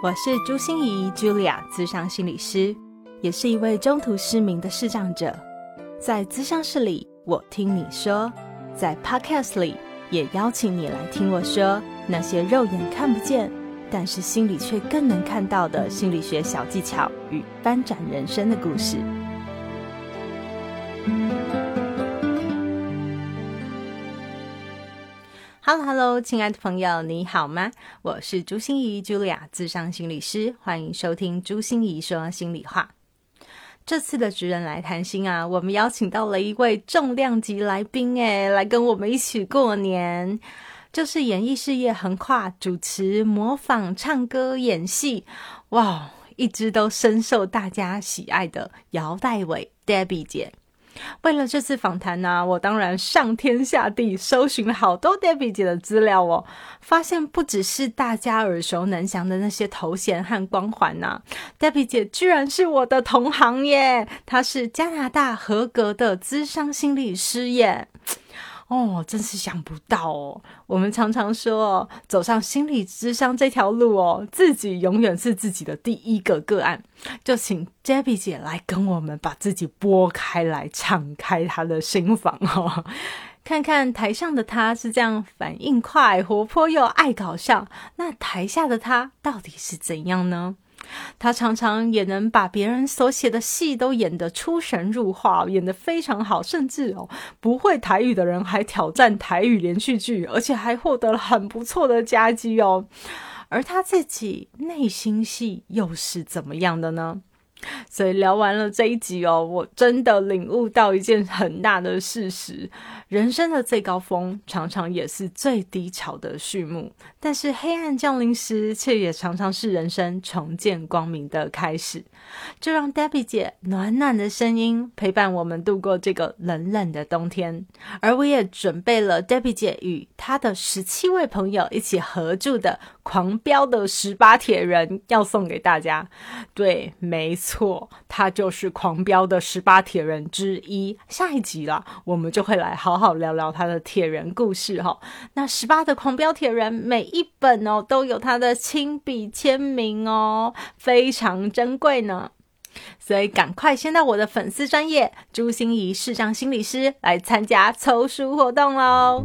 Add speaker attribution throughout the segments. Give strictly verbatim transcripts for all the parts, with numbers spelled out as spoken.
Speaker 1: 我是朱心怡 Julia 諮商心理师，也是一位中途失明的视障者。在諮商室里，我听你说，在 Podcast 里也邀请你来听我说那些肉眼看不见但是心里却更能看到的心理学小技巧与翻转人生的故事。Hello Hello， 亲爱的朋友，你好吗？我是朱心怡 Julia 諮商心理师，欢迎收听朱心怡说心里话。这次的职人来谈心啊，我们邀请到了一位重量级来宾耶，来跟我们一起过年。就是演艺事业横跨主持、模仿、唱歌、演戏，哇，一直都深受大家喜爱的姚代伟 Debbie 姐。为了这次访谈呢、啊，我当然上天下地搜寻了好多 Debbie 姐的资料哦，发现不只是大家耳熟能详的那些头衔和光环啊， Debbie 姐居然是我的同行耶，她是加拿大合格的諮商心理师耶。哦，真是想不到哦！我们常常说哦，走上心理諮商这条路哦，自己永远是自己的第一个个案。就请 Debbie 姐来跟我们把自己拨开来，敞开她的心房哦，看看台上的她是这样反应快、活泼又爱搞笑，那台下的她到底是怎样呢？他常常也能把别人所写的戏都演得出神入化，演得非常好，甚至哦，不会台语的人还挑战台语连续剧，而且还获得了很不错的佳绩哦。而他自己内心戏又是怎么样的呢？所以聊完了这一集哦，我真的领悟到一件很大的事实，人生的最高峰常常也是最低潮的序幕，但是黑暗降临时却也常常是人生重见光明的开始。就让 Debbie 姐暖暖的声音陪伴我们度过这个冷冷的冬天，而我也准备了 Debbie 姐与她的十七位朋友一起合著的狂飙的十八铁人要送给大家。对，没错，他就是狂飙的十八铁人之一。下一集啦，我们就会来好好聊聊他的铁人故事齁。那十八的狂飙铁人每一本哦都有他的亲笔签名哦，非常珍贵呢。所以赶快先到我的粉丝专页朱心怡视障心理师来参加抽书活动咯。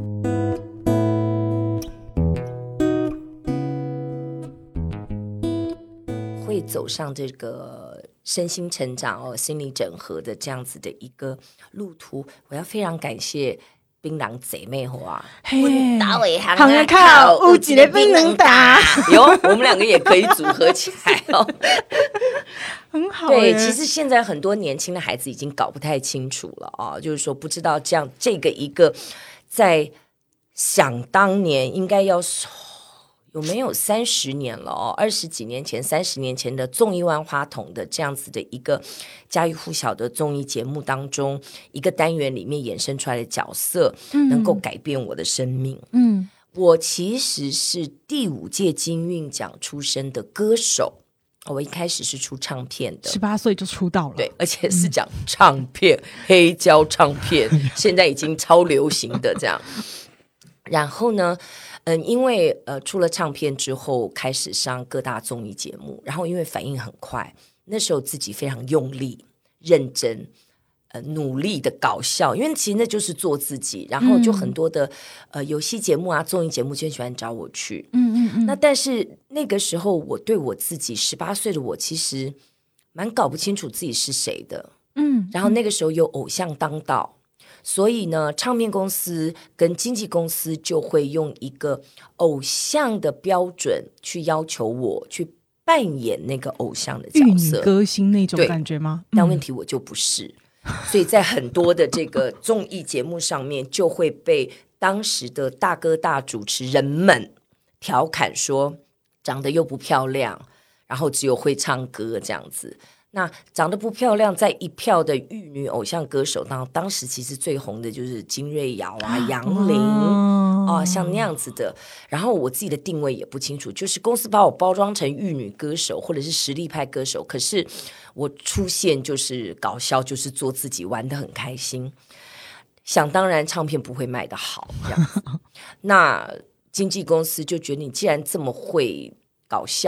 Speaker 2: 会走上这个身心成长哦、心理整合的这样子的一个路途，我要非常感谢槟榔姐妹花，
Speaker 1: 嘿，
Speaker 2: 大伟行
Speaker 1: 行啊靠，有一个槟榔打，
Speaker 2: 有我们两个也可以组合起来哦，
Speaker 1: 很好。
Speaker 2: 对，其实现在很多年轻的孩子已经搞不太清楚了啊，就是说不知道这样这个一个在想当年应该要有没有三十年了哦，二十几年前、三十年前的综艺万花筒的这样子的一个家喻户晓的综艺节目当中，一个单元里面衍生出来的角色，嗯、能够改变我的生命。嗯，我其实是第五届金韵奖出身的歌手。我一开始是出唱片的，
Speaker 1: 十八岁就出道了，
Speaker 2: 对，而且是讲唱片，嗯、黑胶唱片，现在已经超流行的这样。然后呢，嗯，因为呃出了唱片之后，开始上各大综艺节目，然后因为反应很快，那时候自己非常用力、认真。呃，努力的搞笑，因为其实那就是做自己，然后就很多的、嗯、呃游戏节目啊、综艺节目就很喜欢找我去，嗯嗯嗯。那但是那个时候，我对我自己十八岁的我，其实蛮搞不清楚自己是谁的，嗯。然后那个时候有偶像当道，所以呢，唱片公司跟经纪公司就会用一个偶像的标准去要求我去扮演那个偶像的角色，
Speaker 1: 玉女歌星那种感觉吗？
Speaker 2: 但问题我就不是。嗯，所以在很多的这个综艺节目上面就会被当时的大哥大主持人们调侃说长得又不漂亮，然后只有会唱歌这样子。那长得不漂亮，在一票的玉女偶像歌手当当时其实最红的就是金瑞瑶啊、杨林、哦哦、像那样子的。然后我自己的定位也不清楚，就是公司把我包装成玉女歌手或者是实力派歌手，可是我出现就是搞笑，就是做自己，玩得很开心。想当然唱片不会卖得好这样子那经纪公司就觉得你既然这么会搞笑，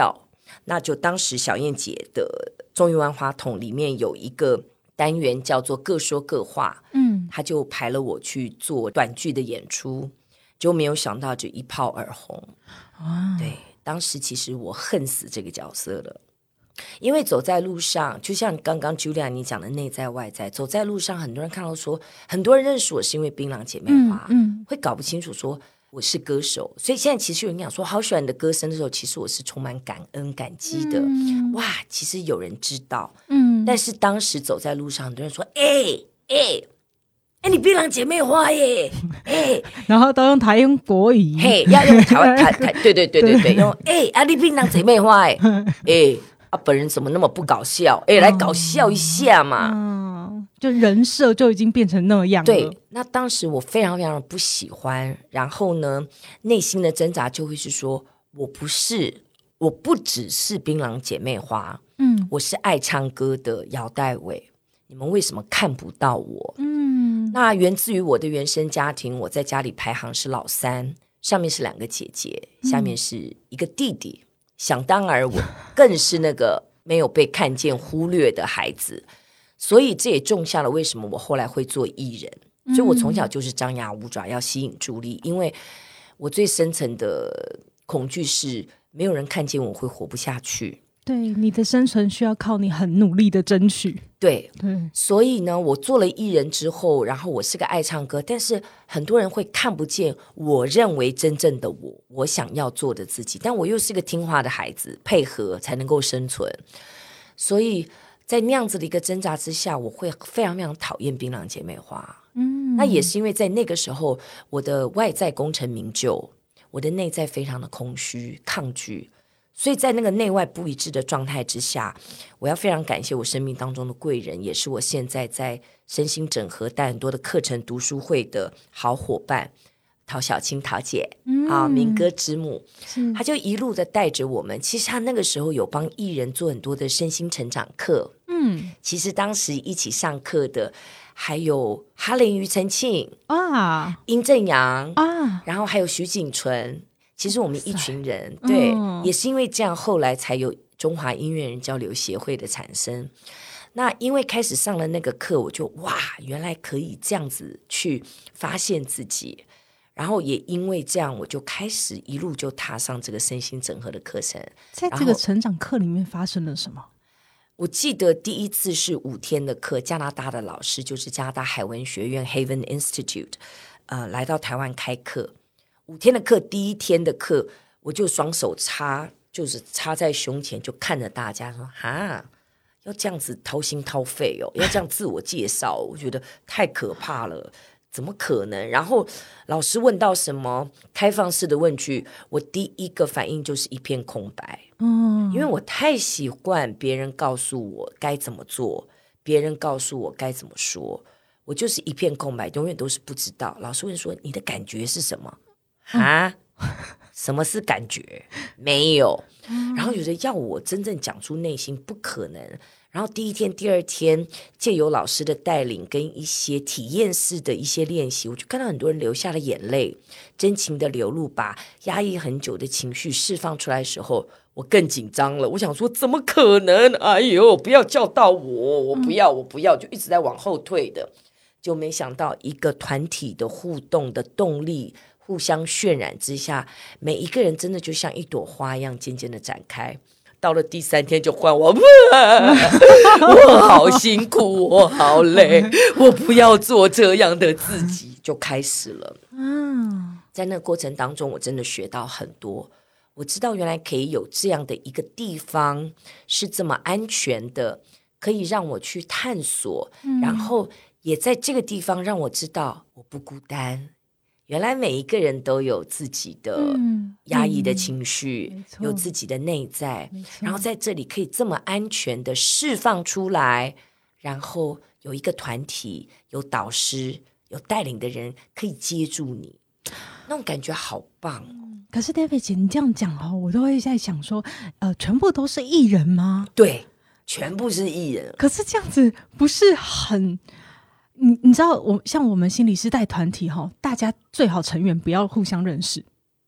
Speaker 2: 那就当时小燕姐的综艺万花筒里面有一个单元叫做各说各话，嗯，他就排了我去做短剧的演出，就没有想到就一炮而红。哇，对，当时其实我恨死这个角色了，因为走在路上，就像刚刚 Julia 你讲的内在外在，走在路上很多人看到说，很多人认识我是因为槟榔姐妹花，嗯嗯，会搞不清楚说我是歌手，所以现在其实有人讲说好喜欢你的歌声的时候，其实我是充满感恩感激的、嗯、哇，其实有人知道，嗯，但是当时走在路上很多人说哎哎哎，你槟榔姐妹花耶！哎，
Speaker 1: 然后都用台用国语，
Speaker 2: 嘿，要用台湾台台，对对对对对，用哎啊，你槟榔姐妹花哎，哎啊，本人怎么那么不搞笑？哎，来搞笑一下嘛！
Speaker 1: 嗯，就人设就已经变成那样了。
Speaker 2: 对，那当时我非常非常的不喜欢，然后呢，内心的挣扎就会是说，我不是，我不只是槟榔姐妹花，嗯，我是爱唱歌的姚代伟，你们为什么看不到我？嗯，那源自于我的原生家庭，我在家里排行是老三，上面是两个姐姐，下面是一个弟弟，嗯、想当然我更是那个没有被看见忽略的孩子，所以这也种下了为什么我后来会做艺人。所以我从小就是张牙舞爪，要吸引注意，因为我最深层的恐惧是没有人看见我会活不下去。
Speaker 1: 对，你的生存需要靠你很努力的争取。
Speaker 2: 对对，所以呢，我做了艺人之后，然后我是个爱唱歌，但是很多人会看不见我认为真正的我，我想要做的自己，但我又是个听话的孩子，配合才能够生存。所以在那样子的一个挣扎之下，我会非常非常讨厌槟榔姐妹花。嗯，那也是因为在那个时候，我的外在功成名就，我的内在非常的空虚抗拒，所以在那个内外不一致的状态之下，我要非常感谢我生命当中的贵人，也是我现在在身心整合带很多的课程读书会的好伙伴陶小青陶姐、嗯、啊，民歌之母，她就一路的带着我们。其实她那个时候有帮艺人做很多的身心成长课，嗯，其实当时一起上课的还有哈林庾澄庆啊，殷正阳啊，然后还有徐锦纯。其实我们一群人，对、嗯，也是因为这样，后来才有中华音乐人交流协会的产生。那因为开始上了那个课，我就哇，原来可以这样子去发现自己。然后也因为这样，我就开始一路就踏上这个身心整合的课程。
Speaker 1: 在这个成长课里面发生了什么？
Speaker 2: 我记得第一次是五天的课，加拿大的老师就是加拿大海文学院 Haven Institute， 呃，来到台湾开课。五天的课，第一天的课，我就双手插，就是插在胸前，就看着大家说：“哈，要这样子掏心掏肺哦，要这样自我介绍，我觉得太可怕了，怎么可能？”然后老师问到什么开放式的问句，我第一个反应就是一片空白。嗯，因为我太习惯别人告诉我该怎么做，别人告诉我该怎么说，我就是一片空白，永远都是不知道。老师问说：“你的感觉是什么？”啊，什么是感觉？没有。然后有人要我真正讲出内心，不可能。然后第一天第二天借由老师的带领跟一些体验式的一些练习，我就看到很多人流下了眼泪，真情的流露，把压抑很久的情绪释放出来的时候，我更紧张了。我想说怎么可能，哎呦，不要叫到我，我不要我不要，就一直在往后退的。就没想到一个团体的互动的动力互相渲染之下，每一个人真的就像一朵花一样渐渐的展开。到了第三天就换我，我好辛苦，我好累，我不要做这样的自己，就开始了。在那个过程当中，我真的学到很多。我知道原来可以有这样的一个地方是这么安全的，可以让我去探索，嗯、然后也在这个地方让我知道我不孤单。原来每一个人都有自己的压抑的情绪、嗯、有自己的内在，然后在这里可以这么安全的释放出来，然后有一个团体，有导师，有带领的人可以接住你，那种感觉好棒。
Speaker 1: 可是 David 姐，你这样讲哦，我都会在想说，呃，全部都是艺人吗？
Speaker 2: 对，全部是艺人。
Speaker 1: 可是这样子不是很……你你知道，我像我们心理师带团体哈，大家最好成员不要互相认识。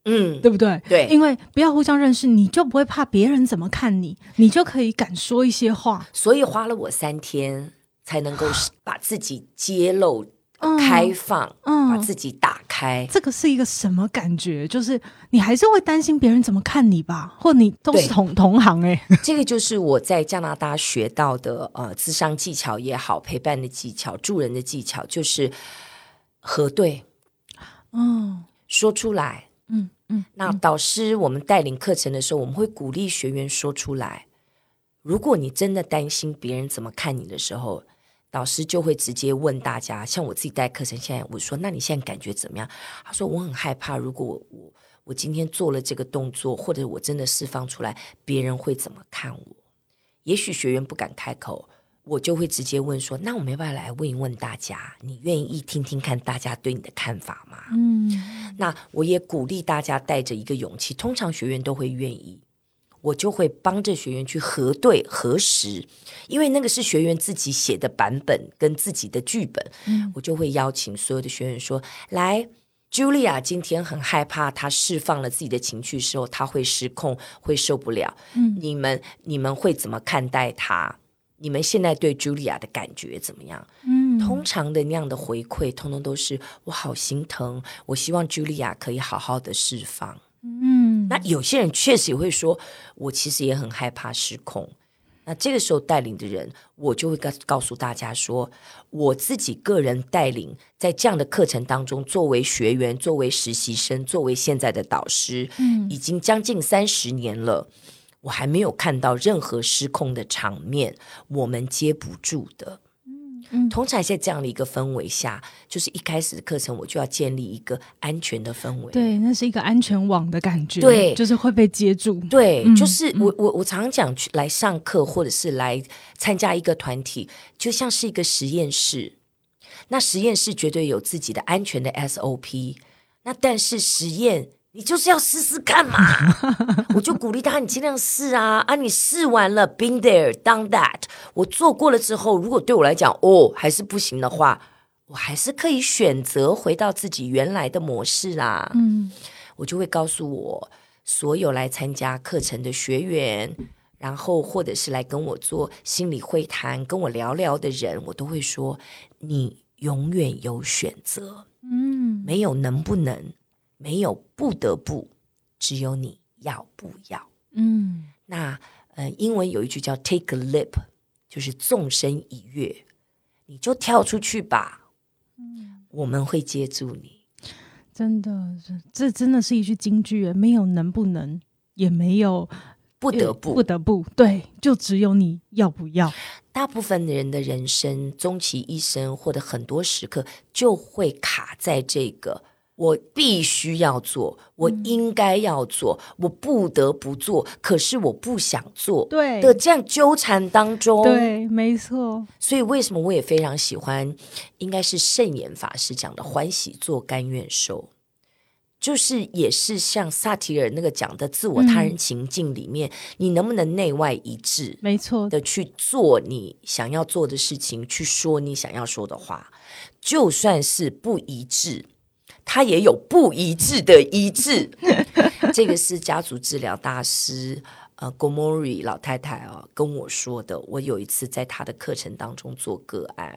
Speaker 2: 嗯，
Speaker 1: 对不对？
Speaker 2: 对，
Speaker 1: 因为不要互相认识，你就不会怕别人怎么看你，你就可以敢说一些话。
Speaker 2: 所以花了我三天才能够把自己揭露、
Speaker 1: 嗯、
Speaker 2: 开放、
Speaker 1: 嗯，
Speaker 2: 把自己打开。
Speaker 1: 这个是一个什么感觉？就是你还是会担心别人怎么看你吧，或你都是同同行哎、欸。
Speaker 2: 这个就是我在加拿大学到的呃，諮商技巧也好，陪伴的技巧、助人的技巧，就是核对，
Speaker 1: 嗯，
Speaker 2: 说出来。
Speaker 1: 嗯嗯，
Speaker 2: 那导师我们带领课程的时候，我们会鼓励学员说出来。如果你真的担心别人怎么看你的时候，导师就会直接问大家，像我自己带课程，现在我说那你现在感觉怎么样？他说我很害怕，如果我我我今天做了这个动作，或者我真的释放出来，别人会怎么看我？也许学员不敢开口，我就会直接问说，那我们要不要来问一问大家，你愿意听听看大家对你的看法吗？
Speaker 1: 嗯，
Speaker 2: 那我也鼓励大家带着一个勇气，通常学员都会愿意，我就会帮着学员去核对核实，因为那个是学员自己写的版本跟自己的剧本、嗯、我就会邀请所有的学员说，来Julia 今天很害怕，她释放了自己的情绪时候，她会失控，会受不了、嗯、你们你们会怎么看待她？你们现在对 Julia 的感觉怎么样？嗯，通常的那样的回馈通通都是我好心疼，我希望 Julia 可以好好的释放。嗯，那有些人确实也会说，我其实也很害怕失控。那这个时候带领的人，我就会告诉大家说，我自己个人带领在这样的课程当中，作为学员，作为实习生，作为现在的导师、嗯、已经将近三十年了，我还没有看到任何失控的场面我们接不住的。嗯，通常在这样的一个氛围下，就是一开始的课程我就要建立一个安全的氛围。
Speaker 1: 对，那是一个安全网的感觉。
Speaker 2: 对，
Speaker 1: 就是会被接住。
Speaker 2: 对、
Speaker 1: 嗯、
Speaker 2: 就是我我我常常讲，来上课或者是来参加一个团体，就像是一个实验室。那实验室绝对有自己的安全的 S O P， 那但是实验你就是要试试看嘛。我就鼓励他，你尽量试啊啊！你试完了 been there done that， 我做过了之后，如果对我来讲哦还是不行的话，我还是可以选择回到自己原来的模式啦。嗯，我就会告诉我所有来参加课程的学员，然后或者是来跟我做心理会谈跟我聊聊的人，我都会说，你永远有选择。嗯，没有能不能，没有不得不，只有你要不要。嗯，那呃，英文有一句叫 take a leap， 就是纵身一跃，你就跳出去吧。嗯，我们会接住你。
Speaker 1: 真的，这真的是一句金句，没有能不能，也没有
Speaker 2: 不得不，
Speaker 1: 不得不，对，就只有你要不要。
Speaker 2: 大部分的人的人生，终其一生或者很多时刻，就会卡在这个我必须要做，我应该要做、嗯、我不得不做，可是我不想做的这样纠缠当中。
Speaker 1: 对，没错。
Speaker 2: 所以为什么我也非常喜欢，应该是圣严法师讲的欢喜做甘愿受，就是也是像萨提尔那个讲的自我他人情境里面、嗯、你能不能内外一致，
Speaker 1: 没错
Speaker 2: 的去做你想要做的事情，去说你想要说的话，就算是不一致，它也有不一致的一致。这个是家族治疗大师呃 Gomori 老太太、哦、跟我说的。我有一次在她的课程当中做个案，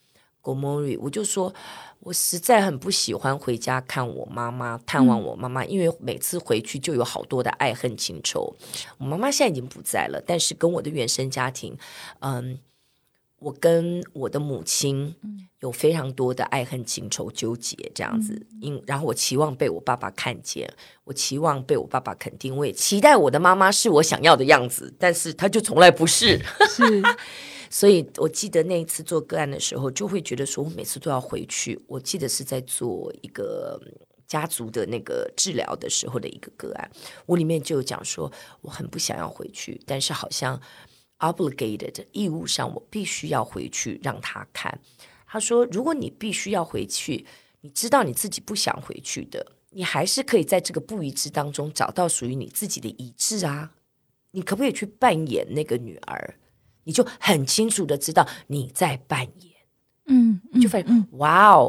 Speaker 2: Gomori 我就说我实在很不喜欢回家看我妈妈，探望我妈妈、嗯、因为每次回去就有好多的爱恨情仇。我妈妈现在已经不在了，但是跟我的原生家庭嗯，我跟我的母亲有非常多的爱恨情仇纠结这样子、嗯、然后我期望被我爸爸看见，我期望被我爸爸肯定，我也期待我的妈妈是我想要的样子，但是她就从来不是
Speaker 1: 是
Speaker 2: 所以我记得那一次做个案的时候，就会觉得说我每次都要回去。我记得是在做一个家族的那个治疗的时候的一个个案，我里面就有讲说我很不想要回去，但是好像 obligated 义务上我必须要回去让他看。他说如果你必须要回去，你知道你自己不想回去的，你还是可以在这个不一致当中找到属于你自己的一致啊。你可不可以去扮演那个女儿，你就很清楚的知道你在扮演。嗯，就发现、嗯、哇哦，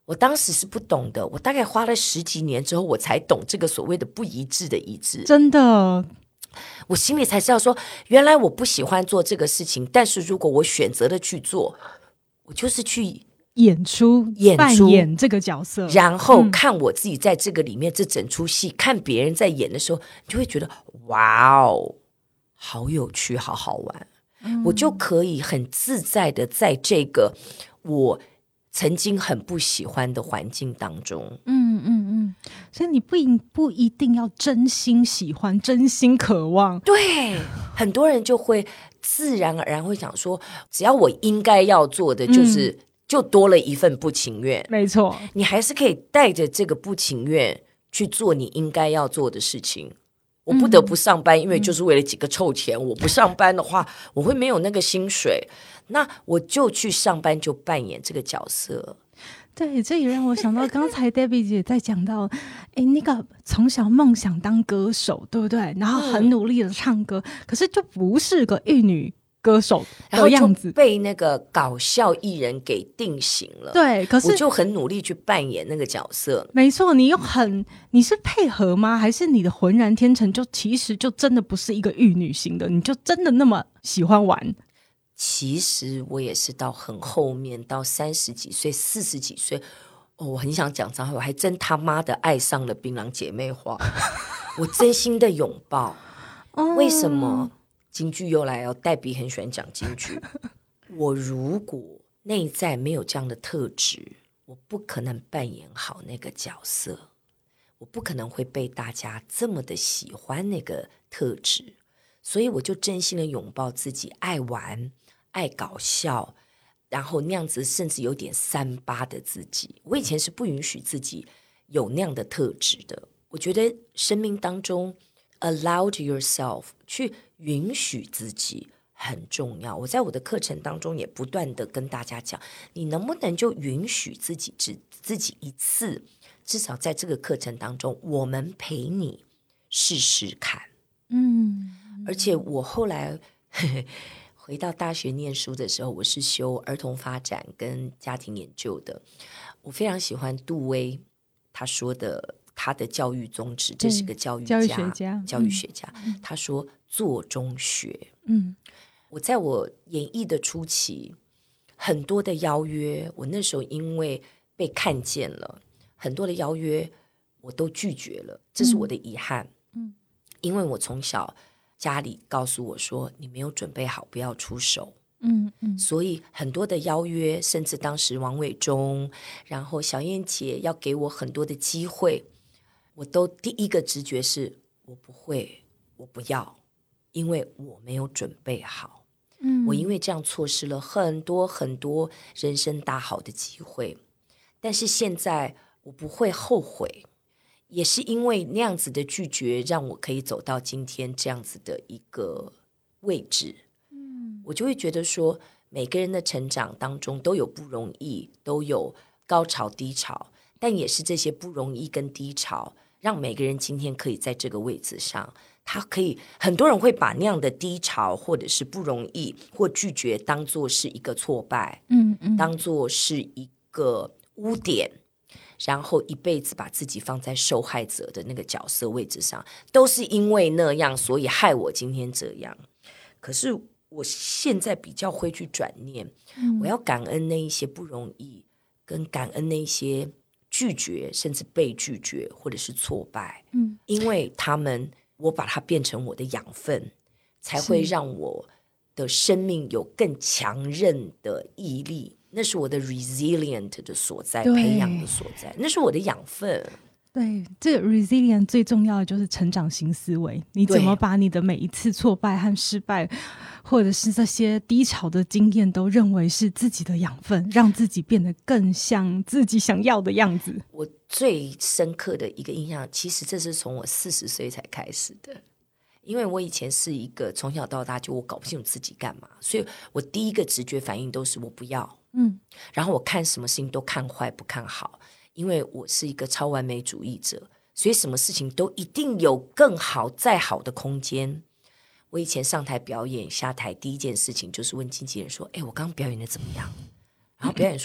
Speaker 2: 我当时是不懂的，我大概花了十几年之后，我才懂这个所谓的不一致的一致。
Speaker 1: 真的，
Speaker 2: 我心里才知道说，原来我不喜欢做这个事情，但是如果我选择了去做，我就是去
Speaker 1: 演出
Speaker 2: 演出
Speaker 1: 扮演这个角色，
Speaker 2: 然后看我自己在这个里面、嗯、这整出戏，看别人在演的时候，你就会觉得哇哦，好有趣，好好玩、嗯、我就可以很自在的在这个我曾经很不喜欢的环境当中，
Speaker 1: 嗯嗯嗯，所以你不一不一定要真心喜欢，真心渴望。
Speaker 2: 对，很多人就会自然而然会想说，只要我应该要做的就是、嗯、就多了一份不情愿。
Speaker 1: 没错，
Speaker 2: 你还是可以带着这个不情愿去做你应该要做的事情。我不得不上班、嗯、因为就是为了几个臭钱、嗯、我不上班的话我会没有那个薪水，那我就去上班，就扮演这个角色。
Speaker 1: 对，这也让我想到刚才 Debbie 姐在讲到诶那个从小梦想当歌手，对不对？然后很努力的唱歌、嗯、可是就不是个玉女歌手的样子，
Speaker 2: 然后就被那个搞笑艺人给定型了。
Speaker 1: 对，可是
Speaker 2: 我就很努力去扮演那个角色。
Speaker 1: 没错，你又很你是配合吗？还是你的浑然天成就其实就真的不是一个玉女型的，你就真的那么喜欢玩？
Speaker 2: 其实我也是到很后面，到三十几岁、四十几岁，哦，我很想讲脏话，我还真他妈的爱上了槟榔姐妹花，我真心的拥抱。哦、为什么？京剧又来哦，黛比很喜欢讲京剧。我如果内在没有这样的特质，我不可能扮演好那个角色，我不可能会被大家这么的喜欢那个特质，所以我就真心的拥抱自己，爱玩，爱搞笑，然后那样子甚至有点三八的自己。我以前是不允许自己有那样的特质的。我觉得生命当中 allow yourself 去允许自己很重要。我在我的课程当中也不断的跟大家讲，你能不能就允许自己自己一次，至少在这个课程当中我们陪你试试看。嗯，而且我后来呵呵回到大学念书的时候，我是修儿童发展跟家庭研究的。我非常喜欢杜威他说的他的教育宗旨，这是个教育家、
Speaker 1: 教育学家，
Speaker 2: 教育学家、嗯、他说做中学。
Speaker 1: 嗯，
Speaker 2: 我在我演艺的初期，很多的邀约，我那时候因为被看见了，很多的邀约我都拒绝了，这是我的遗憾。嗯，因为我从小家里告诉我说，你没有准备好，不要出手。嗯嗯，所以很多的邀约，甚至当时王伟忠，然后小燕姐要给我很多的机会，我都第一个直觉是我不会，我不要，因为我没有准备好。嗯，我因为这样错失了很多很多人生大好的机会，但是现在我不会后悔，也是因为那样子的拒绝，让我可以走到今天这样子的一个位置。嗯，我就会觉得说，每个人的成长当中都有不容易，都有高潮低潮，但也是这些不容易跟低潮，让每个人今天可以在这个位置上。他可以，很多人会把那样的低潮或者是不容易或拒绝当作是一个挫败，嗯嗯，当作是一个污点，然后一辈子把自己放在受害者的那个角色位置上，都是因为那样所以害我今天这样。可是我现在比较会去转念、嗯、我要感恩那一些不容易，跟感恩那一些拒绝甚至被拒绝或者是挫败、嗯、因为他们我把它变成我的养分，才会让我的生命有更强韧的毅力，那是我的 resilient 的所在，培养的所在，那是我的养分。
Speaker 1: 对，这个 resilient 最重要的就是成长型思维，你怎么把你的每一次挫败和失败，或者是这些低潮的经验都认为是自己的养分，让自己变得更像自己想要的样子。
Speaker 2: 我最深刻的一个印象，其实这是从我四十岁才开始的，因为我以前是一个从小到大就我搞不清楚自己干嘛，所以我第一个直觉反应都是我不要，嗯，然后我看什么事情都看坏不看好，因为我是一个超完美主义者，所以什么事情都一定有更好再好的空间。我以前上台表演，下台第一件事情就是问经纪人说，哎，我刚刚表演的怎么样？然后表演说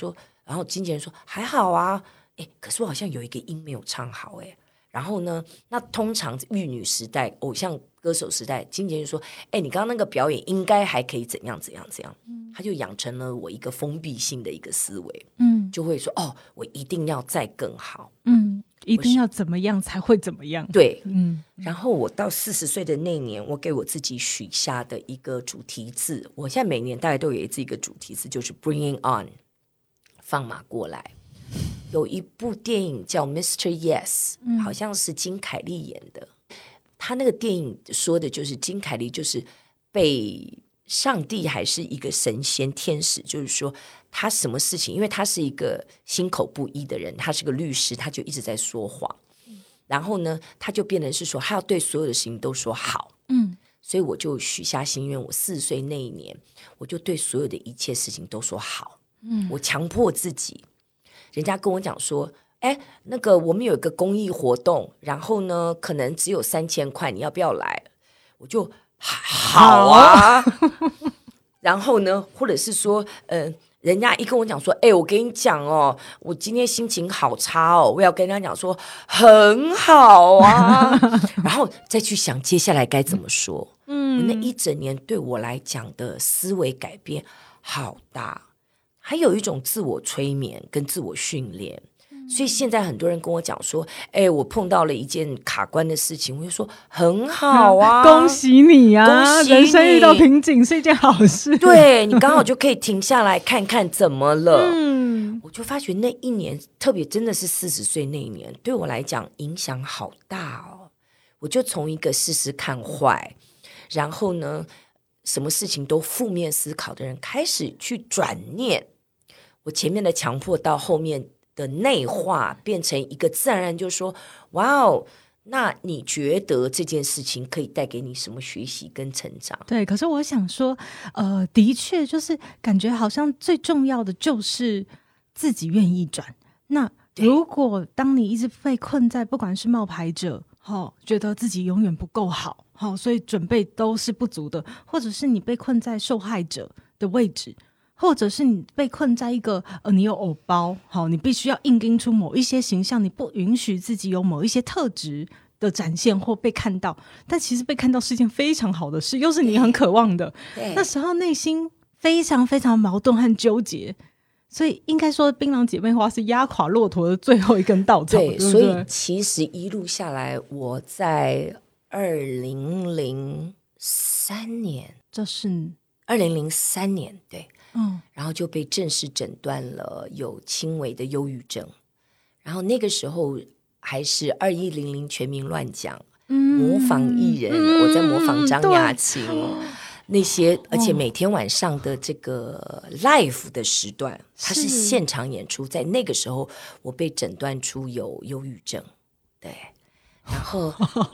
Speaker 2: 然后经纪人说还好啊，哎，可是我好像有一个音没有唱好哎。然后呢，那通常玉女时代、偶像歌手时代，经纪人说：“哎，你刚刚那个表演应该还可以怎样怎样怎样。嗯”他就养成了我一个封闭性的一个思维，嗯，就会说：“哦，我一定要再更好，
Speaker 1: 嗯，一定要怎么样才会怎么样。”
Speaker 2: 对，嗯。然后我到四十岁的那年，我给我自己许下的一个主题字，我现在每年大概都有一次一个主题字，就是 “Bring it on”， 放马过来。有一部电影叫 Mister Yes，嗯，好像是金凯利演的。他那个电影说的就是金凯利就是被上帝还是一个神仙天使，就是说他什么事情，因为他是一个心口不一的人，他是个律师，他就一直在说谎，嗯，然后呢他就变成是说他要对所有的事情都说好，嗯，所以我就许下心愿，我四十岁那一年我就对所有的一切事情都说好，嗯，我强迫自己。人家跟我讲说，哎，那个我们有一个公益活动，然后呢可能只有三千块，你要不要来？我就好啊。然后呢或者是说呃，人家一跟我讲说，哎，我跟你讲哦，我今天心情好差哦，我要跟人家讲说很好啊。然后再去想接下来该怎么说。嗯，那一整年对我来讲的思维改变好大，还有一种自我催眠跟自我训练。所以现在很多人跟我讲说，哎，我碰到了一件卡关的事情，我就说很好啊，
Speaker 1: 恭喜你啊，
Speaker 2: 恭喜你，
Speaker 1: 人生遇到瓶颈是一件好事，
Speaker 2: 对，你刚好就可以停下来看看怎么了。嗯，我就发觉那一年，特别真的是四十岁那一年，对我来讲影响好大哦。我就从一个试试看坏，然后呢什么事情都负面思考的人，开始去转念，我前面的强迫到后面的内化，变成一个自然而然就说，哇哦，那你觉得这件事情可以带给你什么学习跟成长？
Speaker 1: 对，可是我想说呃，的确就是感觉好像最重要的就是自己愿意转。那如果当你一直被困在不管是冒牌者、哦、觉得自己永远不够好、哦、所以准备都是不足的，或者是你被困在受害者的位置，或者是你被困在一个呃，你有偶包，好，你必须要硬盯出某一些形象，你不允许自己有某一些特质的展现或被看到，但其实被看到是一件非常好的事，又是你很渴望的。那时候内心非常非常矛盾和纠结，所以应该说槟榔姐妹花是压垮骆驼的最后一根稻草。对，
Speaker 2: 对，所以其实一路下来，我在二零零三年，
Speaker 1: 这是
Speaker 2: 二零零三年，对。嗯，然后就被正式诊断了有轻微的忧郁症，然后那个时候还是二一零零全民乱讲，嗯，模仿艺人，嗯，我在模仿张雅琴，那些，而且每天晚上的这个 live 的时段，它是现场演出，在那个时候我被诊断出有忧郁症，对，然后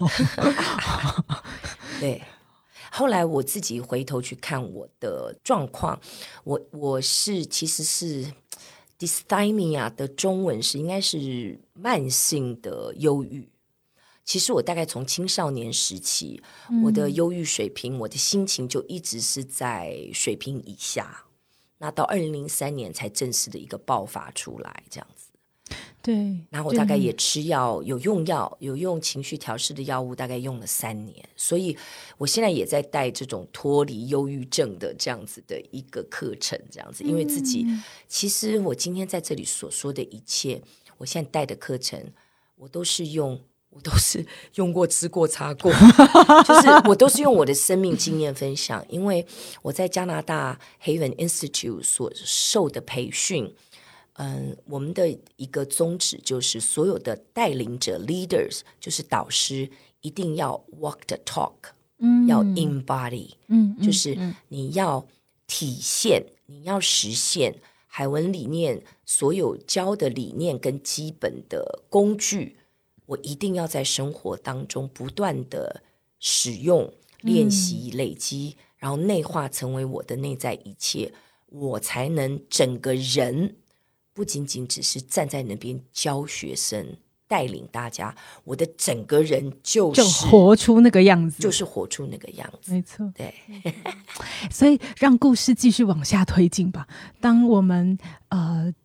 Speaker 2: 对。后来我自己回头去看我的状况，我我是其实是 dysthymia 的中文是应该是慢性的忧郁。其实我大概从青少年时期，嗯，我的忧郁水平，我的心情就一直是在水平以下。那到二零零三年才正式的一个爆发出来，这样子。
Speaker 1: 对，
Speaker 2: 然后我大概也吃药，有用药，有用情绪调适的药物，大概用了三年。所以我现在也在带这种脱离忧郁症的这样子的一个课程，这样子，因为自己，嗯，其实我今天在这里所说的一切，我现在带的课程，我都是用，我都是用过、吃过、擦过，就是我都是用我的生命经验分享。因为我在加拿大 Haven Institute 所受的培训。嗯，我们的一个宗旨就是所有的带领者 leaders 就是导师一定要 walk the talk，嗯，要 embody，嗯，就是你要体现，你要实现海文理念所有教的理念跟基本的工具，我一定要在生活当中不断的使用、练习、累积，然后内化成为我的内在一切，我才能整个人不仅仅只是站在那边教学生带领大家，我的整个人就是
Speaker 1: 就活出那个样子，
Speaker 2: 就是活出那个样子，
Speaker 1: 没错，
Speaker 2: 对。
Speaker 1: 所以让故事继续往下推进吧。当我们呃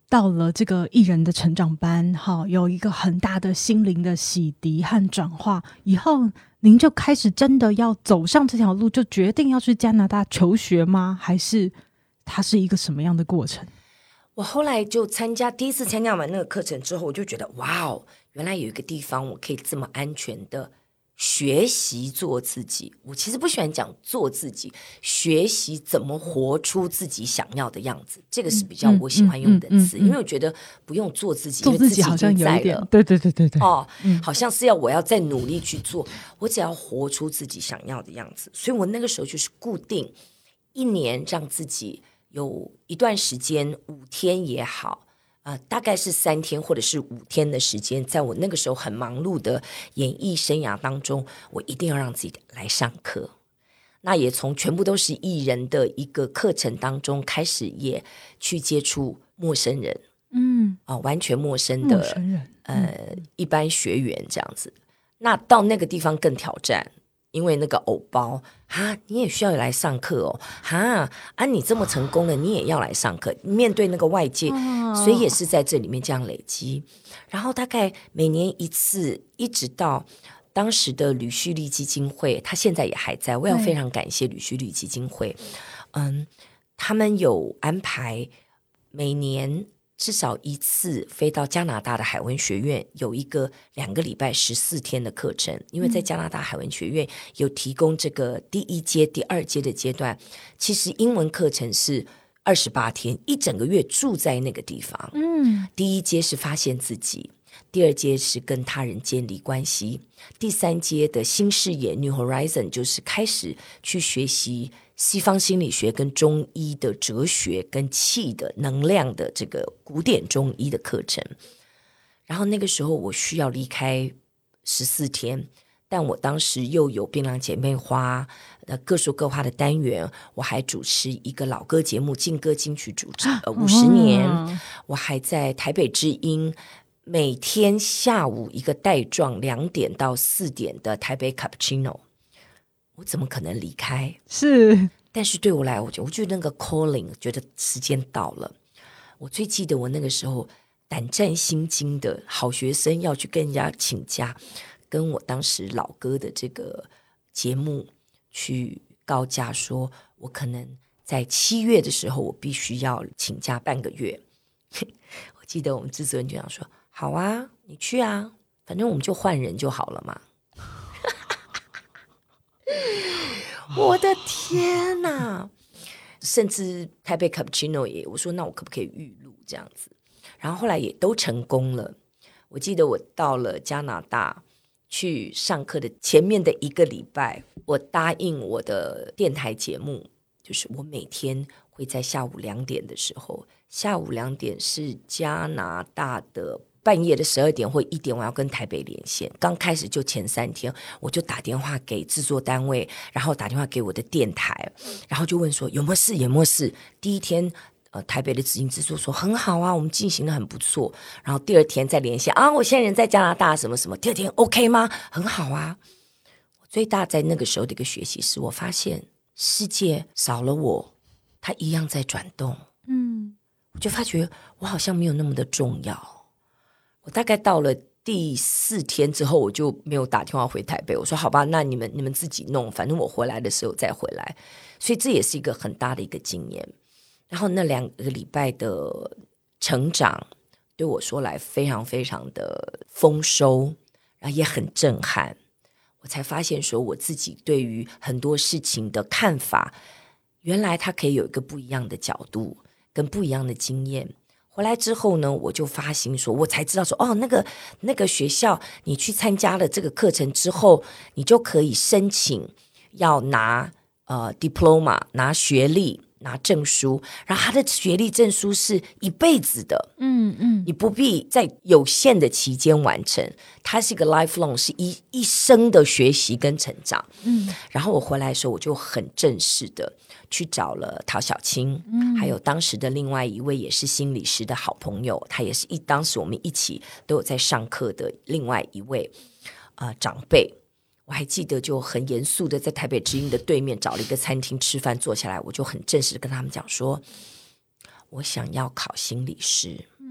Speaker 3: 到了这个艺人的成长班，好，有一个很大的心灵的洗涤和转化以后，您就开始真的要走上这条路，就决定要去加拿大求学吗？还是它是一个什么样的过程？
Speaker 2: 我后来就参加第一次参加完那个课程之后，我就觉得哇哦，原来有一个地方我可以这么安全的学习做自己。我其实不喜欢讲做自己，学习怎么活出自己想要的样子，这个是比较我喜欢用的词，嗯嗯嗯嗯嗯、因为我觉得不用做自己，
Speaker 3: 做自己好像有一点，对对对对对，
Speaker 2: 哦、嗯，好像是要我要再努力去做，我只要活出自己想要的样子。所以我那个时候就是固定一年让自己有一段时间，五天也好。呃，大概是三天或者是五天的时间，在我那个时候很忙碌的演艺生涯当中，我一定要让自己来上课。那也从全部都是艺人的一个课程当中开始，也去接触陌生人，嗯，啊、呃，完全陌生的陌生人，呃，嗯、一般学员这样子。那到那个地方更挑战。因为那个偶包哈，你也需要来上课哦，哈啊，你这么成功了，你也要来上课。面对那个外界，所以也是在这里面这样累积。然后大概每年一次，一直到当时的吕旭丽基金会，他现在也还在，我要非常感谢吕旭丽基金会。嗯，他们有安排每年至少一次飞到加拿大的海文学院，有一个两个礼拜十四天的课程。因为在加拿大海文学院有提供这个第一阶第二阶的阶段，其实英文课程是二十八天，一整个月住在那个地方。嗯，第一阶是发现自己，第二阶是跟他人建立关系，第三阶的新视野 New Horizon 就是开始去学习西方心理学跟中医的哲学跟气的能量的这个古典中医的课程。然后那个时候我需要离开十四天，但我当时又有槟榔姐妹花各说各话的单元，我还主持一个老歌节目劲歌金曲主持呃五十年、哦、我还在台北之音每天下午一个带状两点到四点的台北 Cappuccino，我怎么可能离开？
Speaker 3: 是，
Speaker 2: 但是对我来我觉得我觉得那个 calling 觉得时间到了。我最记得我那个时候胆战心惊的好学生要去跟人家请假，跟我当时老歌的这个节目去告假，说我可能在七月的时候我必须要请假半个月。我记得我们制作人就想说好啊，你去啊，反正我们就换人就好了嘛。我的天哪！甚至台北 Cappuccino 也，我说那我可不可以预录这样子？然后后来也都成功了。我记得我到了加拿大去上课的前面的一个礼拜，我答应我的电台节目，就是我每天会在下午两点的时候，下午两点是加拿大的半夜的十二点或一点，我要跟台北连线。刚开始就前三天，我就打电话给制作单位，然后打电话给我的电台，然后就问说有没有事，有没有事。第一天，呃，台北的执行制作说很好啊，我们进行的很不错。然后第二天再连线啊，我现在人在加拿大什么什么。第二天 OK 吗？很好啊。我最大在那个时候的一个学习是，我发现世界少了我，它一样在转动。嗯，我就发觉我好像没有那么的重要。我大概到了第四天之后，我就没有打电话回台北，我说好吧，那你们你们自己弄，反正我回来的时候再回来。所以这也是一个很大的一个经验。然后那两个礼拜的成长对我说来非常非常的丰收，然后也很震撼。我才发现说我自己对于很多事情的看法，原来它可以有一个不一样的角度跟不一样的经验。回来之后呢，我就发心说，我才知道说，哦，那个那个学校，你去参加了这个课程之后，你就可以申请要拿呃 diploma， 拿学历，拿证书，然后他的学历证书是一辈子的，嗯嗯，你不必在有限的期间完成，它是一个 lifelong， 是一一生的学习跟成长。嗯，然后我回来的时候，我就很正式的去找了陶小青、嗯、还有当时的另外一位也是心理师的好朋友，他也是一当时我们一起都有在上课的另外一位、呃、长辈。我还记得就很严肃的在台北之音的对面找了一个餐厅吃饭，坐下来我就很正式的跟他们讲说，我想要考心理师。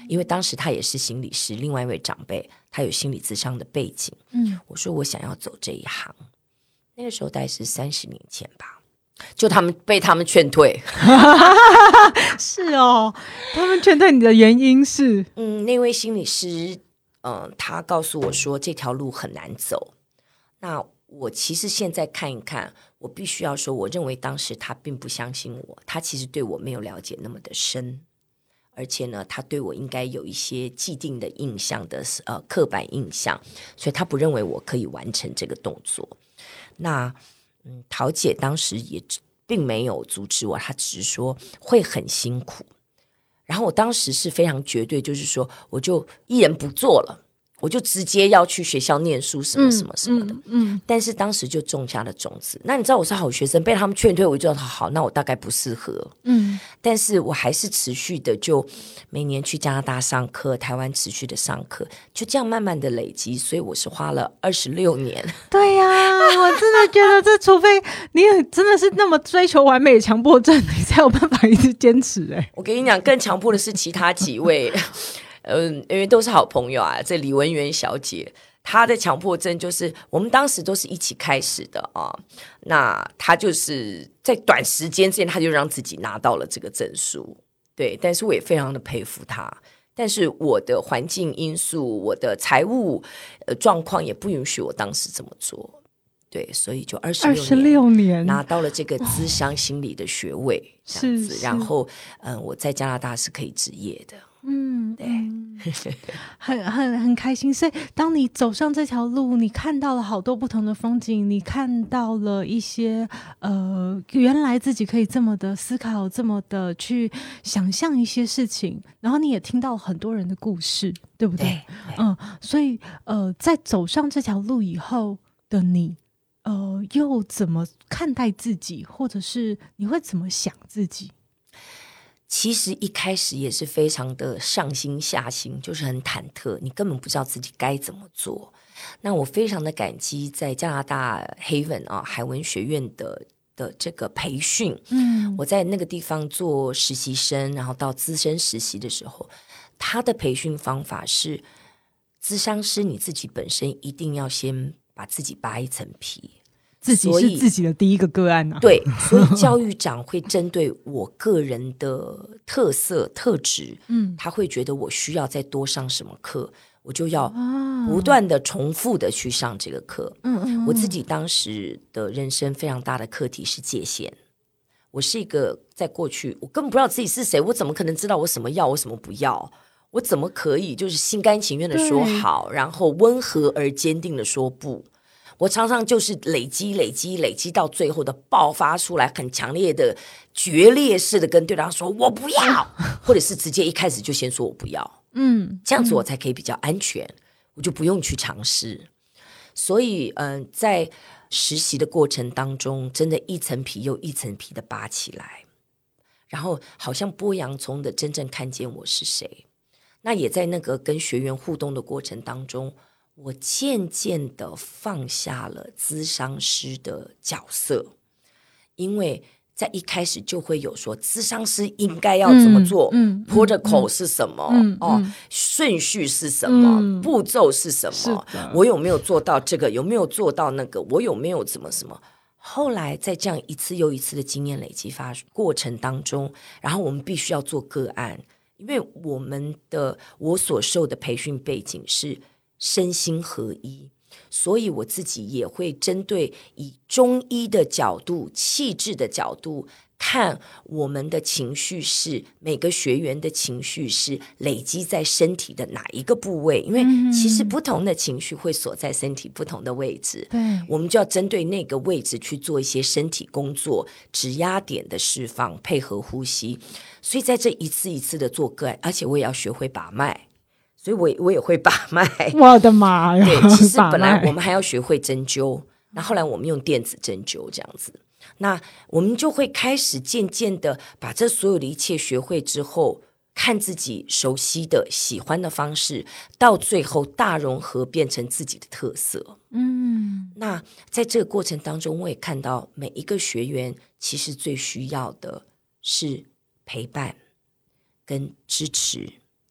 Speaker 2: 因为当时他也是心理师，另外一位长辈他有心理咨商的背景，嗯，我说我想要走这一行，那个时候大概是三十年前吧，就他们被他们劝退。
Speaker 3: 是哦，他们劝退你的原因是，
Speaker 2: 嗯，那位心理师，嗯、呃，他告诉我说这条路很难走。那我其实现在看一看，我必须要说，我认为当时他并不相信我，他其实对我没有了解那么的深，而且呢，他对我应该有一些既定的印象的呃刻板印象，所以他不认为我可以完成这个动作。那嗯，桃姐当时也并没有阻止我，她只是说会很辛苦。然后我当时是非常绝对，就是说我就一人不做了。我就直接要去学校念书什么什么什么的，嗯嗯嗯、但是当时就种下了种子。那你知道我是好学生，被他们劝退，我就知道好，那我大概不适合。嗯，但是我还是持续的，就每年去加拿大上课，台湾持续的上课，就这样慢慢的累积。所以我是花了二十六年。
Speaker 3: 对呀、啊，我真的觉得这，除非你真的是那么追求完美的强迫症，你才有办法一直坚持、欸。哎，
Speaker 2: 我跟你讲，更强迫的是其他几位。嗯，因为都是好朋友啊，这李文媛小姐，她的强迫症就是我们当时都是一起开始的啊。那她就是在短时间之内，她就让自己拿到了这个证书，对。但是我也非常的佩服她，但是我的环境因素、我的财务呃状况也不允许我当时这么做，对，所以就二十六年拿到了这个諮商心理的学位，这样子。然后，嗯，我在加拿大是可以执业的。嗯，对，
Speaker 3: 很很很开心。所以当你走上这条路，你看到了好多不同的风景，你看到了一些呃，原来自己可以这么的思考，这么的去想象一些事情，然后你也听到很多人的故事，对不对？
Speaker 2: 对，
Speaker 3: 嗯，所以呃，在走上这条路以后的你，呃，又怎么看待自己，或者是你会怎么想自己？
Speaker 2: 其实一开始也是非常的上心下心，就是很忐忑，你根本不知道自己该怎么做。那我非常的感激在加拿大 Haven 啊海文学院的的这个培训，嗯，我在那个地方做实习生，然后到资深实习的时候，他的培训方法是，諮商师你自己本身一定要先把自己扒一层皮。
Speaker 3: 自己是自己的第一个个案啊，
Speaker 2: 对，所以教育长会针对我个人的特色特质，嗯，他会觉得我需要再多上什么课，我就要不断的重复的去上这个课。嗯嗯，我自己当时的人生非常大的课题是界限。我是一个在过去我根本不知道自己是谁，我怎么可能知道我什么要我什么不要？我怎么可以就是心甘情愿的说好，然后温和而坚定的说不？我常常就是累积累积累积到最后的爆发出来，很强烈的决裂式的跟对方说我不要，或者是直接一开始就先说我不要，嗯，这样子我才可以比较安全，我就不用去尝试。所以嗯、呃，在实习的过程当中，真的一层皮又一层皮的扒起来，然后好像剥洋葱的真正看见我是谁。那也在那个跟学员互动的过程当中，我渐渐的放下了諮商师的角色，因为在一开始就会有说諮商师应该要怎么做，嗯嗯、protocol 是什么、嗯嗯哦、顺序是什么、嗯、步骤是什么，我有没有做到这个，有没有做到那个，我有没有怎么什么。后来在这样一次又一次的经验累积发过程当中，然后我们必须要做个案，因为我们的我所受的培训背景是身心合一，所以我自己也会针对以中医的角度、气质的角度看我们的情绪是每个学员的情绪是累积在身体的哪一个部位，因为其实不同的情绪会锁在身体不同的位置，
Speaker 3: 对，
Speaker 2: 我们就要针对那个位置去做一些身体工作，指压点的释放，配合呼吸。所以在这一次一次的做个案，而且我也要学会把脉，所以我也我也会把脉。
Speaker 3: 我的妈呀！
Speaker 2: 对，其实本来我们还要学会针灸，那后来我们用电子针灸这样子，那我们就会开始渐渐的把这所有的一切学会之后，看自己熟悉的喜欢的方式，到最后大融合变成自己的特色。嗯，那在这个过程当中，我也看到每一个学员其实最需要的是陪伴跟支持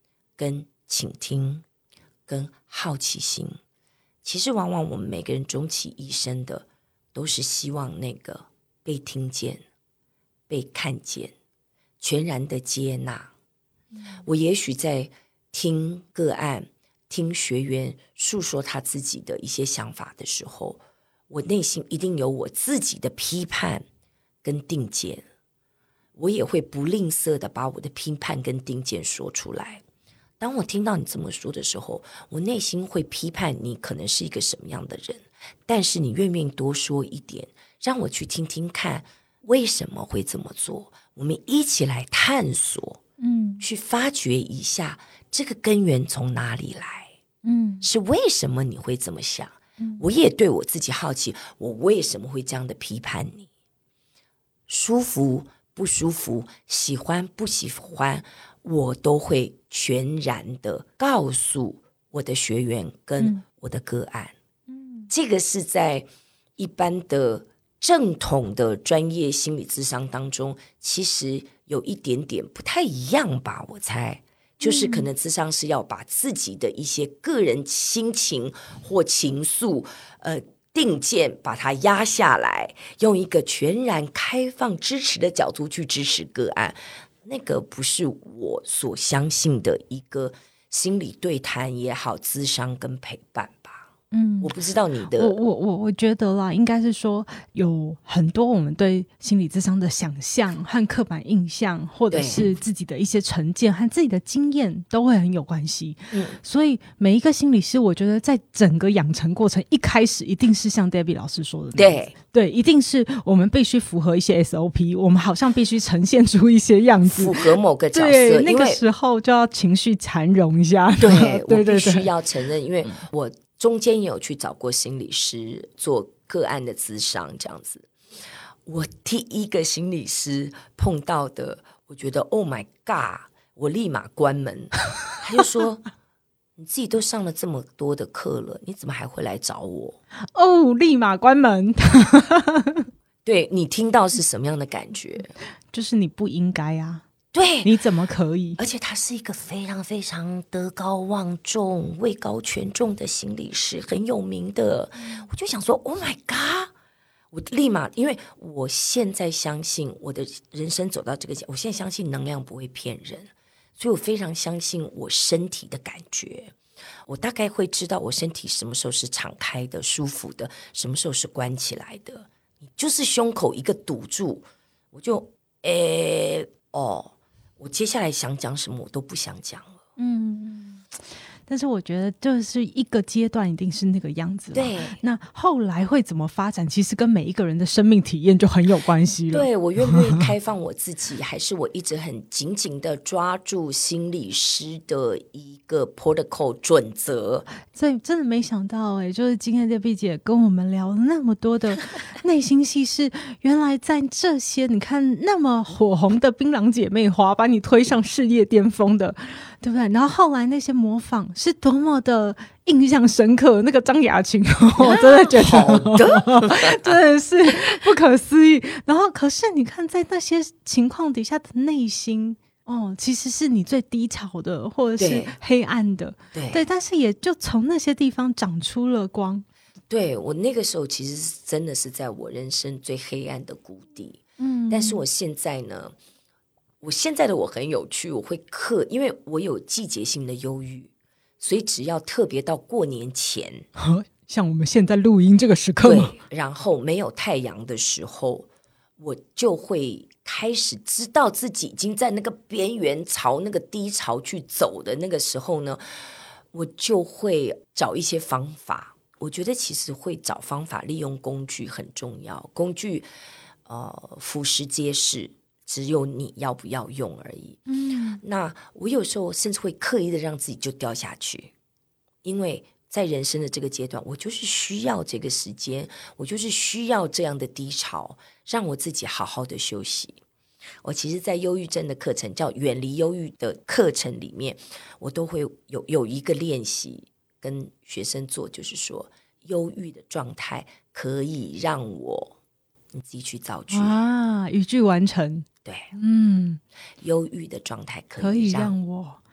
Speaker 2: 跟倾听跟好奇心。其实往往我们每个人终其一生的都是希望那个被听见被看见全然的接纳、嗯、我也许在听个案听学员诉说他自己的一些想法的时候，我内心一定有我自己的批判跟定见，我也会不吝啬的把我的批判跟定见说出来。当我听到你这么说的时候，我内心会批判你可能是一个什么样的人，但是你愿不愿意多说一点，让我去听听看为什么会这么做，我们一起来探索，嗯，去发掘一下这个根源从哪里来，嗯，是为什么你会这么想，嗯，我也对我自己好奇，我为什么会这样的批判你，舒服不舒服，喜欢不喜欢，我都会全然的告诉我的学员跟我的个案、嗯、这个是在一般的正统的专业心理咨商当中其实有一点点不太一样吧，我猜就是可能咨商师要把自己的一些个人心情或情愫呃定见把它压下来，用一个全然开放支持的角度去支持个案，那个不是我所相信的一个心理对谈也好，咨商跟陪伴吧。嗯，我不知道你的，
Speaker 3: 我我我我觉得啦，应该是说有很多我们对心理咨商的想象和刻板印象，或者是自己的一些成见和自己的经验都会很有关系。嗯，所以每一个心理师，我觉得在整个养成过程一开始，一定是像 Debbie 老师说的，
Speaker 2: 对
Speaker 3: 对，一定是我们必须符合一些 S O P， 我们好像必须呈现出一些样子，
Speaker 2: 符合某个角色，
Speaker 3: 对，那个时候就要情绪缠容一下。
Speaker 2: 对，
Speaker 3: 对对对，
Speaker 2: 我必须要承认，因为我中间也有去找过心理师做个案的咨商这样子，我第一个心理师碰到的，我觉得 Oh my God， 我立马关门。他就说你自己都上了这么多的课了，你怎么还会来找我？
Speaker 3: 哦，立马关门。
Speaker 2: 对，你听到是什么样的感觉？
Speaker 3: 就是你不应该啊，
Speaker 2: 对，
Speaker 3: 你怎么可以？
Speaker 2: 而且他是一个非常非常德高望重位高权重的心理师，很有名的。我就想说 Oh my God， 我立马，因为我现在相信我的人生走到这个，我现在相信能量不会骗人，所以我非常相信我身体的感觉，我大概会知道我身体什么时候是敞开的舒服的，什么时候是关起来的。你就是胸口一个堵住，我就诶哦，我接下来想讲什么我都不想讲了。嗯，
Speaker 3: 但是我觉得就是一个阶段一定是那个样子，
Speaker 2: 对，
Speaker 3: 那后来会怎么发展其实跟每一个人的生命体验就很有关系了。
Speaker 2: 对，我愿不愿意开放我自己还是我一直很紧紧的抓住心理师的一个 protocol 准则。
Speaker 3: 所以真的没想到哎、欸，就是今天Debbie姐跟我们聊那么多的内心戏事，原来在这些你看那么火红的槟榔姐妹花把你推上事业巅峰的，对不对？然后后来那些模仿是多么的印象深刻，那个张雅琴我真的觉得真的是不可思议。然后可是你看在那些情况底下的内心哦，其实是你最低潮的或者是黑暗的， 对, 对，但是也就从那些地方长出了光。
Speaker 2: 对，我那个时候其实真的是在我人生最黑暗的谷底，嗯，但是我现在呢，我现在的我很有趣，我会刻，因为我有季节性的忧郁，所以只要特别到过年前，
Speaker 3: 像我们现在录音这个时刻，
Speaker 2: 对，然后没有太阳的时候，我就会开始知道自己已经在那个边缘朝那个低潮去走的那个时候呢，我就会找一些方法。我觉得其实会找方法，利用工具很重要，工具呃俯拾皆是，只有你要不要用而已。嗯，那我有时候甚至会刻意的让自己就掉下去，因为在人生的这个阶段，我就是需要这个时间，我就是需要这样的低潮，让我自己好好的休息。我其实在忧郁症的课程叫远离忧郁的课程里面，我都会有有一个练习跟学生做，就是说忧郁的状态可以让我，你自己去造句
Speaker 3: 啊，语句完成。
Speaker 2: 对，
Speaker 3: 嗯，
Speaker 2: 忧郁的状态可以让,
Speaker 3: 可以让我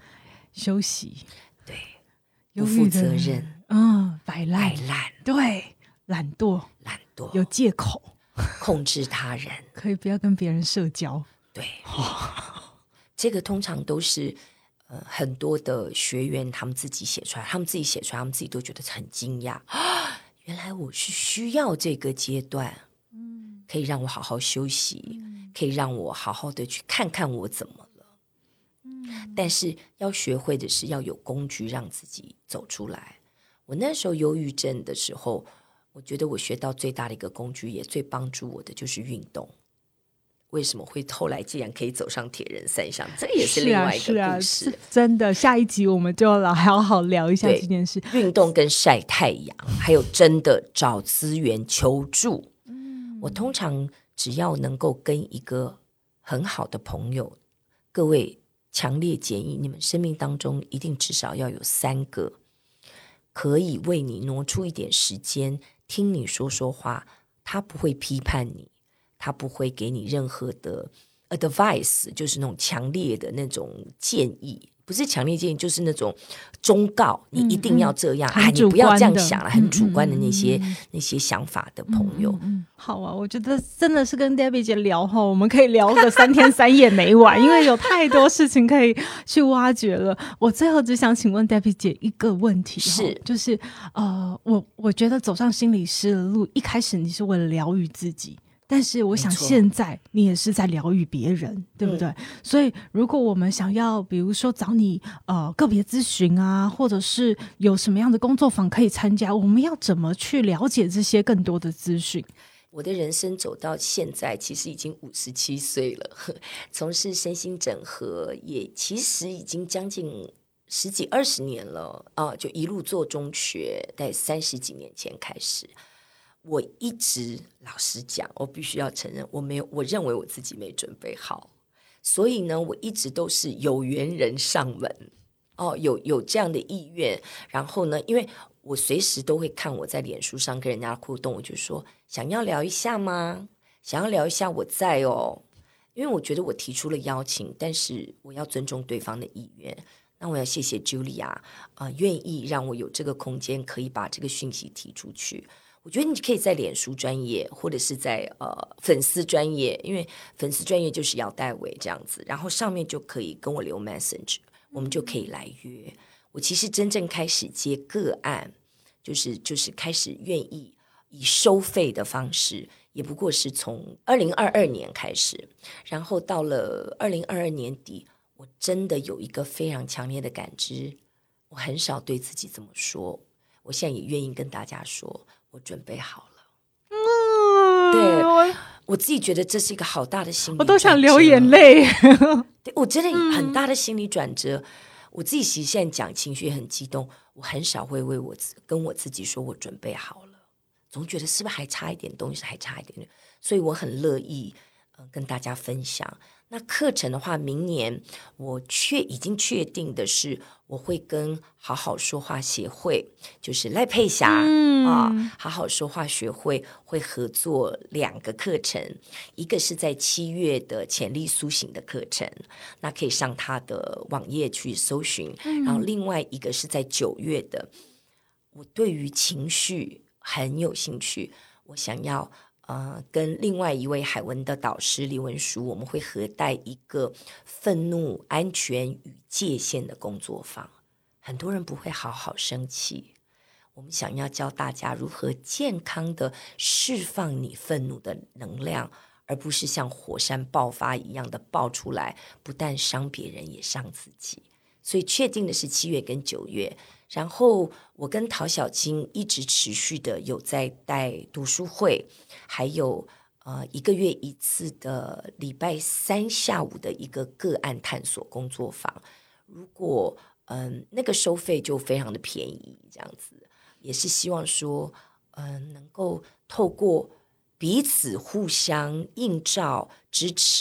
Speaker 3: 休息，
Speaker 2: 对，
Speaker 3: 不
Speaker 2: 负责任，
Speaker 3: 嗯，摆烂，
Speaker 2: 摆烂，
Speaker 3: 对，懒惰，
Speaker 2: 懒惰，
Speaker 3: 有借口，
Speaker 2: 控制他人，
Speaker 3: 可以不要跟别人社交。
Speaker 2: 对，这个通常都是呃很多的学员他们自己写出来，他们自己写出来，他们自己都觉得很惊讶啊，原来我是需要这个阶段，嗯，可以让我好好休息，嗯，可以让我好好的去看看我怎么了，嗯，但是要学会的是要有工具让自己走出来。我那时候忧郁症的时候，我觉得我学到最大的一个工具，也最帮助我的就是运动。为什么会后来既然可以走上铁人三项，这个也是另外一个故事。
Speaker 3: 是啊是啊，真的，下一集我们就来好好聊一下这件事。
Speaker 2: 运动跟晒太阳，还有真的找资源求助。嗯，我通常只要能够跟一个很好的朋友，各位强烈建议你们生命当中一定至少要有三个可以为你挪出一点时间听你说说话，他不会批判你，他不会给你任何的 advice， 就是那种强烈的那种建议，不是强烈建议，就是那种忠告，你一定要这样、嗯嗯、啊，你不要这样想了，很主观的那些、嗯嗯、那些想法的朋友。嗯嗯、
Speaker 3: 好啊，我觉得真的是跟 Debbie 姐聊哈，我们可以聊个三天三夜没完，因为有太多事情可以去挖掘了。我最后只想请问 Debbie 姐一个问题，
Speaker 2: 是
Speaker 3: 就是呃，我我觉得走上心理师的路，一开始你是为了疗愈自己。但是我想现在你也是在疗愈别人，对不对、嗯、所以如果我们想要比如说找你呃个别咨询啊，或者是有什么样的工作坊可以参加，我们要怎么去了解这些更多的资讯？
Speaker 2: 我的人生走到现在其实已经五十七岁了，从事身心整合也其实已经将近十几二十年了啊，就一路做中学，在三十几年前开始。我一直老实讲，我必须要承认，我没有，我认为我自己没准备好，所以呢，我一直都是有缘人上门哦，有有这样的意愿，然后呢，因为我随时都会看我在脸书上跟人家互动，我就说想要聊一下吗？想要聊一下，我在哦，因为我觉得我提出了邀请，但是我要尊重对方的意愿。那我要谢谢 Julia 啊、呃，愿意让我有这个空间，可以把这个讯息提出去。我觉得你可以在脸书专业，或者是在呃粉丝专业，因为粉丝专业就是姚代伟这样子，然后上面就可以跟我留 message， 我们就可以来约。我其实真正开始接个案，就是就是开始愿意以收费的方式，也不过是从二零二二年开始，然后到了二零二二年底，我真的有一个非常强烈的感知，我很少对自己这么说，我现在也愿意跟大家说，我准备好了。嗯，对，我, 我自己觉得这是一个好大的心理转折，
Speaker 3: 我都想流眼泪。
Speaker 2: 对，我真的很大的心理转折。嗯、我自己其实现在讲情绪也很激动，我很少会为我跟我自己说我准备好了，总觉得是不是还差一点东西，还差一点，所以我很乐意、呃、跟大家分享。那课程的话，明年我确已经确定的是，我会跟好好说话协会，就是赖佩霞、嗯啊、好好说话学会会合作两个课程，一个是在七月的潜力苏醒的课程，那可以上他的网页去搜寻、嗯、然后另外一个是在九月的，我对于情绪很有兴趣，我想要呃，跟另外一位海文的导师李文淑，我们会合带一个愤怒、安全与界限的工作坊。很多人不会好好生气，我们想要教大家如何健康的释放你愤怒的能量，而不是像火山爆发一样的爆出来，不但伤别人也伤自己。所以确定的是七月跟九月，然后我跟陶小金一直持续的有在带读书会，还有呃一个月一次的礼拜三下午的一个个案探索工作坊。如果嗯、呃、那个收费就非常的便宜，这样子也是希望说嗯、呃、能够透过彼此互相映照支持，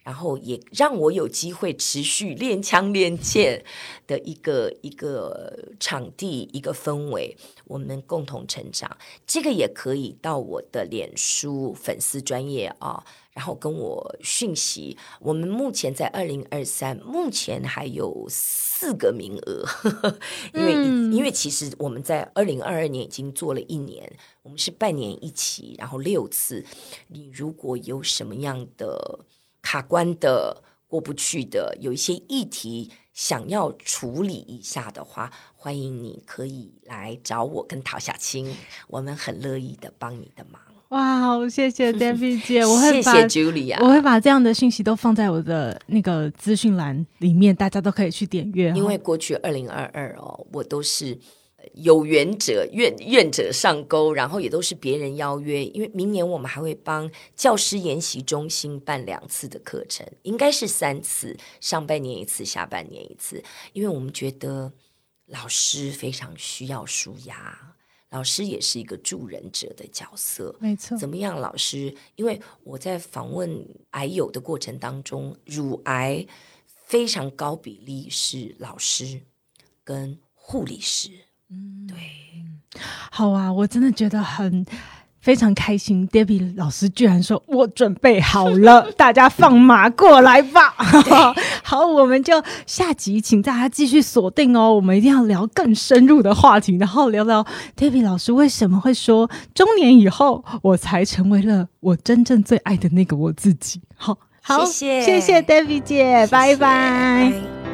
Speaker 2: 然后也让我有机会持续练枪练剑的一个一个场地，一个氛围，我们共同成长。这个也可以到我的脸书粉丝专页啊，然后跟我讯息。我们目前在二零二三，目前还有四个名额，呵呵因为、嗯、因为其实我们在二零二二年已经做了一年，我们是半年一期，然后六次。你如果有什么样的卡关的、过不去的，有一些议题想要处理一下的话，欢迎你可以来找我跟陶小青，我们很乐意的帮你的忙。
Speaker 3: 哇，好谢谢 Debbie 姐，我会把
Speaker 2: 谢谢 Julia，
Speaker 3: 我会把这样的信息都放在我的那个资讯栏里面，大家都可以去点阅。
Speaker 2: 因为过去二零二二哦，我都是有缘者愿愿者上钩，然后也都是别人邀约，因为明年我们还会帮教师研习中心办两次的课程，应该是三次，上半年一次，下半年一次，因为我们觉得老师非常需要抒压，老师也是一个助人者的角色，
Speaker 3: 没错。
Speaker 2: 怎么样老师，因为我在访问癌友的过程当中，乳癌非常高比例是老师跟护理师。嗯，对，
Speaker 3: 好啊，我真的觉得很非常开心 Debbie 老师居然说我准备好了大家放马过来吧好，我们就下集请大家继续锁定哦，我们一定要聊更深入的话题，然后聊聊 Debbie 老师为什么会说中年以后我才成为了我真正最爱的那个我自己。好，好，
Speaker 2: 谢谢
Speaker 3: 谢谢 Debbie 姐，谢谢，拜拜。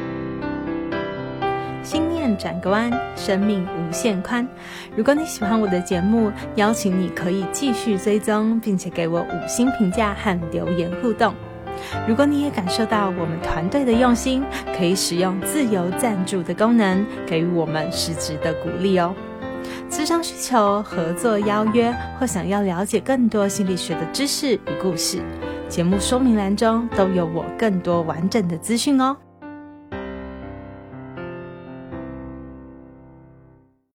Speaker 1: 心念转个弯，生命无限宽。如果你喜欢我的节目，邀请你可以继续追踪，并且给我五星评价和留言互动。如果你也感受到我们团队的用心，可以使用自由赞助的功能，给予我们实质的鼓励哦。咨商需求、合作邀约，或想要了解更多心理学的知识与故事，节目说明栏中都有我更多完整的资讯哦。